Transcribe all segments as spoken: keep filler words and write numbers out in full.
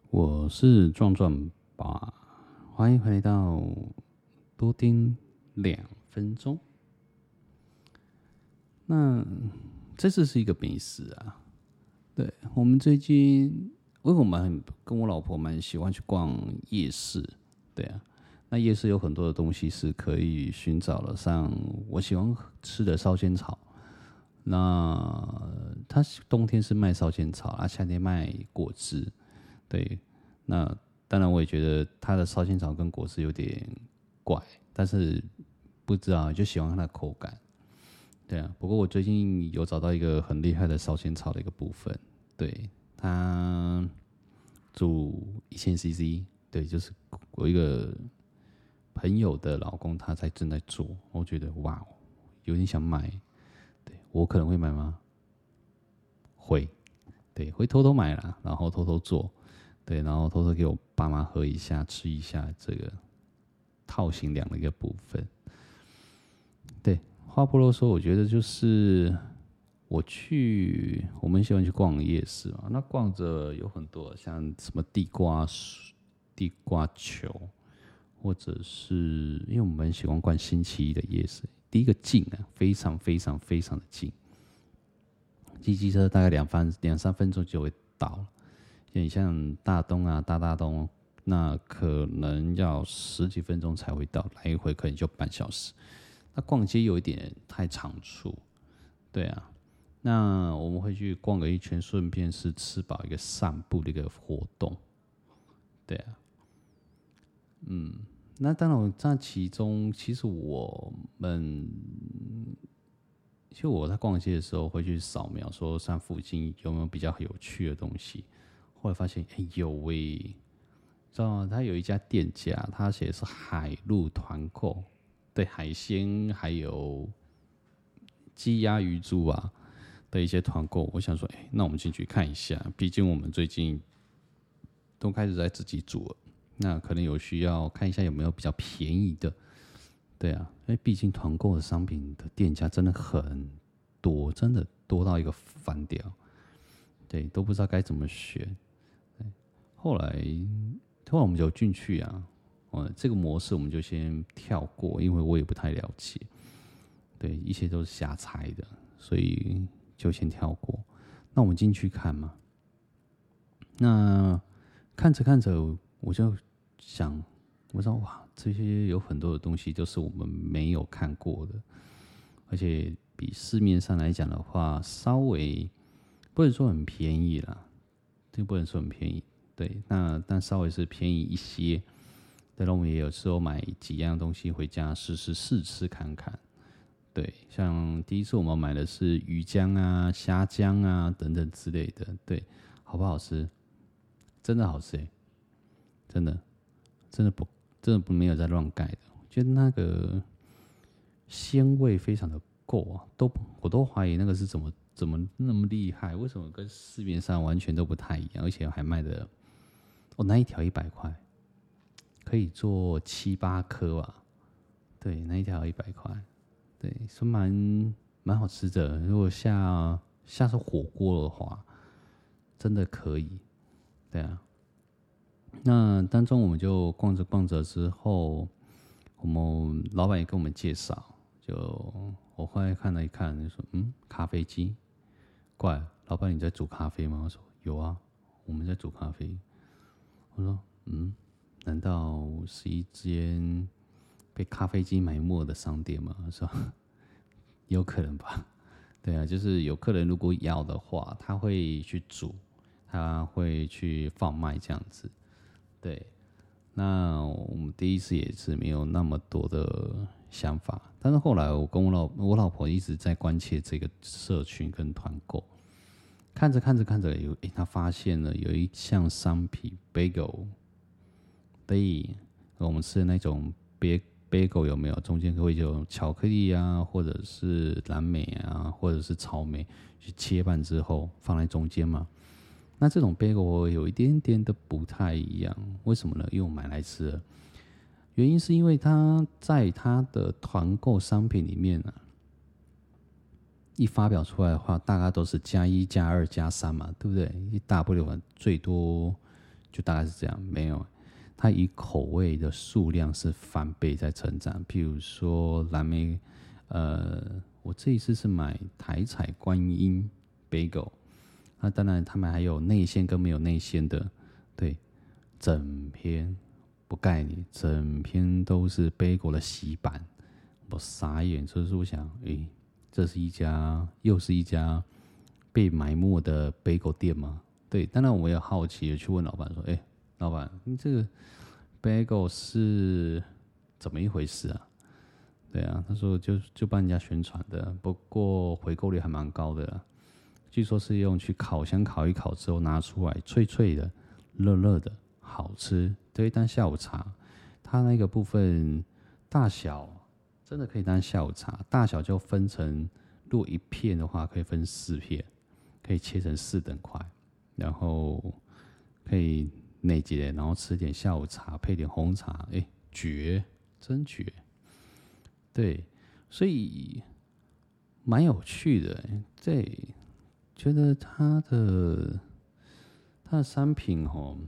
我是壮壮爸，欢迎回到多丁两分钟。那这次是一个美食啊，对我们最近，因为我们跟我老婆蛮喜欢去逛夜市，对啊，那夜市有很多的东西是可以寻找的，像我喜欢吃的烧仙草，那它冬天是卖烧仙草，啊，夏天卖果汁，对，那当然我也觉得它的烧仙草跟果汁有点怪，但是不知道就喜欢它的口感。对啊，不过我最近有找到一个很厉害的烧仙草的一个部分，对，它煮一千 C C， 对，就是我一个朋友的老公他在正在做，我觉得哇，有点想买，对我可能会买吗？会，对，会偷偷买啦，然后偷偷做，对，然后偷偷给我爸妈喝一下，吃一下这个套型粮的一个部分，对。话不啰嗦，我觉得就是我去，我们喜欢去逛夜市嘛。那逛着有很多像什么地瓜、地瓜球，或者是因为我们很喜欢逛星期一的夜市。第一个近啊，非常非常非常的近，骑机车大概两分两三分钟就会到了。你像大东啊、大大东，那可能要十几分钟才会到，来一回可能就半小时。那逛街有一点太仓促，对啊。那我们会去逛个一圈，顺便是吃饱一个散步的一个活动，对啊。嗯，那当然，在其中，其实我们，其实我在逛街的时候会去扫描，说像附近有没有比较有趣的东西。后来发现，哎、欸、有喂、欸，知道吗？他有一家店家，他写的是海陆团购。对海鲜还有鸡鸭鱼猪啊的一些团购，我想说，哎、欸，那我们进去看一下，毕竟我们最近都开始在自己煮了，那可能有需要看一下有没有比较便宜的，对啊，因为毕竟团购的商品的店家真的很多，真的多到一个翻掉，对，都不知道该怎么选。后来，后来我们就进去啊。哦，这个模式我们就先跳过，因为我也不太了解，对，一切都是瞎猜的，所以就先跳过。那我们进去看嘛，那看着看着，我就想，我说哇，这些有很多的东西都是我们没有看过的，而且比市面上来讲的话，稍微不能说很便宜啦，这不能说很便宜，对，那但稍微是便宜一些。对，那我们也有时候买几样东西回家试试试吃看看。对，像第一次我们买的是鱼浆啊、虾浆啊等等之类的，对，好不好吃？真的好吃诶、欸，真的，真的不，真的不没有在乱盖的。我觉得那个鲜味非常的够啊，都我都怀疑那个是怎么怎么那么厉害，为什么跟市面上完全都不太一样，而且还卖的，哦，那一条一百块。可以做七八颗吧，对，那一条一百块，对，是蛮蛮好吃的。如果下下是火锅的话，真的可以，对啊。那当中我们就逛着逛着之后，我们老板也跟我们介绍，就我后来看了一看，就说嗯，咖啡机，怪，老板你在煮咖啡吗？我说有啊，我们在煮咖啡。我说嗯。难道是一间被咖啡机埋没的商店吗？说有可能吧。对啊，就是有客人如果要的话，他会去煮，他会去贩卖这样子。对，那我们第一次也是没有那么多的想法，但是后来我跟我老我老婆一直在关切这个社群跟团购，看着看着看着有，诶，他发现了有一项商品 bagel。对，我们吃的那种 bagel 有没有？中间会有巧克力啊，或者是蓝莓啊，或者是草莓，去切半之后放在中间嘛。那这种 bagel 有一点点的不太一样，为什么呢？因为我买来吃了，原因是因为它在它的团购商品里面啊，一发表出来的话，大概都是加一、加二、加三嘛，对不对？一大不了最多。 就大概是这样。没有，它以口味的数量是翻倍在成长。譬如说蓝莓，呃，我这一次是买台彩观音 bagel， 那当然他们还有内馅跟没有内馅的，对，整篇不盖你，整篇都是 bagel 的洗版，我傻眼。所以说我想，诶、欸，这是一家又是一家被埋没的 bagel 店吗？对，当然我也好奇的去问老板说，哎、欸，老板，你这个 bagel 是怎么一回事啊？对啊，他说就就帮人家宣传的，不过回购率还蛮高的啦。据说是用去烤箱烤一烤之后拿出来，脆脆的、热热的，好吃。对，当下午茶，它那个部分大小真的可以当下午茶，大小就分成，如果一片的话可以分四片，可以切成四等块，然后可以内急的，然后吃点下午茶，配点红茶，哎，绝，真绝。对，所以蛮有趣的。对，觉得它的它的商品哦，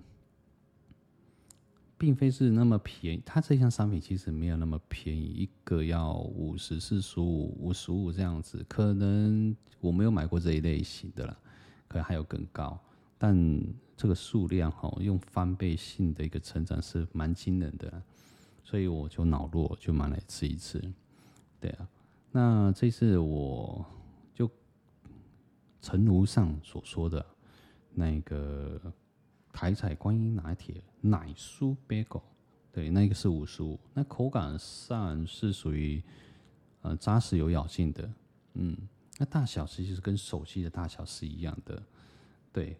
并非是那么便宜。它这项商品其实没有那么便宜，一个要五十、四十五、五十五这样子。可能我没有买过这一类型的啦，可能还有更高。但这个数量哈，用翻倍性的一个成长是蛮惊人的啦。所以我就脑弱，就买来吃一吃。对啊，那这次我就诚如上所说的那个台彩观音拿铁奶酥 bagel， 对，那个是五十五，那口感上是属于呃扎实有咬劲的，嗯，那大小其实跟手机的大小是一样的，对，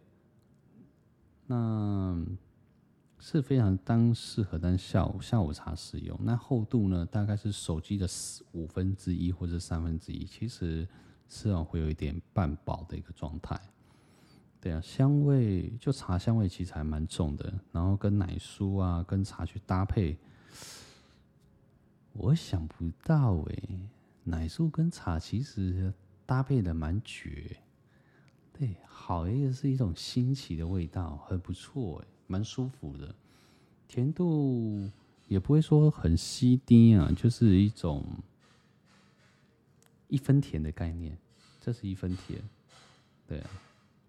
那是非常当适合当下午下午茶使用。那厚度呢，大概是手机的五分之一或者三分之一，其实吃完会有一点半饱的一个状态。对啊，香味就茶香味其实还蛮重的，然后跟奶酥啊跟茶去搭配，我想不到哎、欸，奶酥跟茶其实搭配的蛮绝。对，好一个是一种新奇的味道，很不错哎，蛮舒服的。甜度也不会说很稀低啊，就是一种一分甜的概念。这是一分甜，对啊。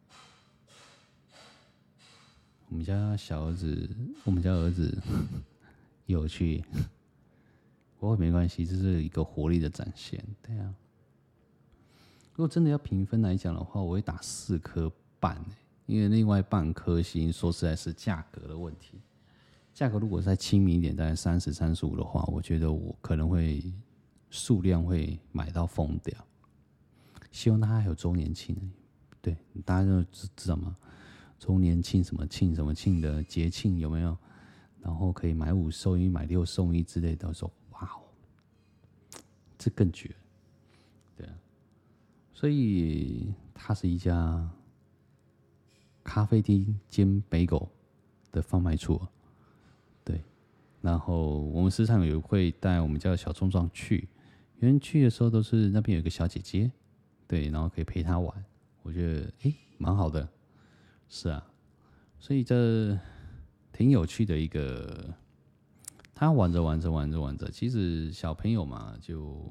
我们家小儿子，我们家儿子有趣，不过没关系，这是一个活力的展现，对啊。如果真的要评分来讲的话，我会打四颗半、欸，因为另外半颗星说实在是价格的问题。价格如果再亲民一点，大概三十、三十五的话，我觉得我可能会数量会买到疯掉。希望他还有周年庆，对，大家都知知道吗？周年庆什么庆什么庆的节庆有没有？然后可以买五送一、买六送一之类的，说哇哦，这更绝，对啊。所以它是一家咖啡厅兼bagel的贩卖处，对。然后我们时常也会带我们家的小壮壮去，因为去的时候都是那边有一个小姐姐，对，然后可以陪她玩，我觉得诶蛮好的。是啊，所以这挺有趣的一个。他玩着玩着玩着玩着，其实小朋友嘛，就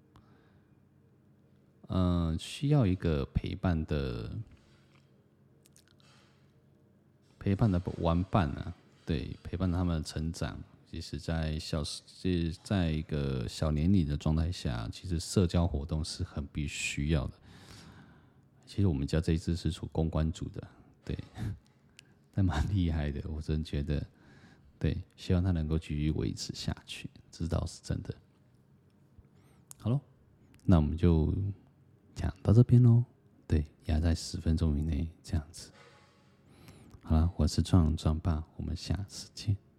嗯、呃、需要一个陪伴的陪伴的玩伴啊，对，陪伴他们的成长。其实，在小是在一个小年龄的状态下，其实社交活动是很必须要的。其实我们家这一支是属公关组的。对，但蛮厉害的，我真觉得，对，希望他能够继续维持下去，这倒是真的。好咯，那我们就讲到这边喽，对，压在十分钟以内这样子。好了，我是壮壮爸，我们下次见。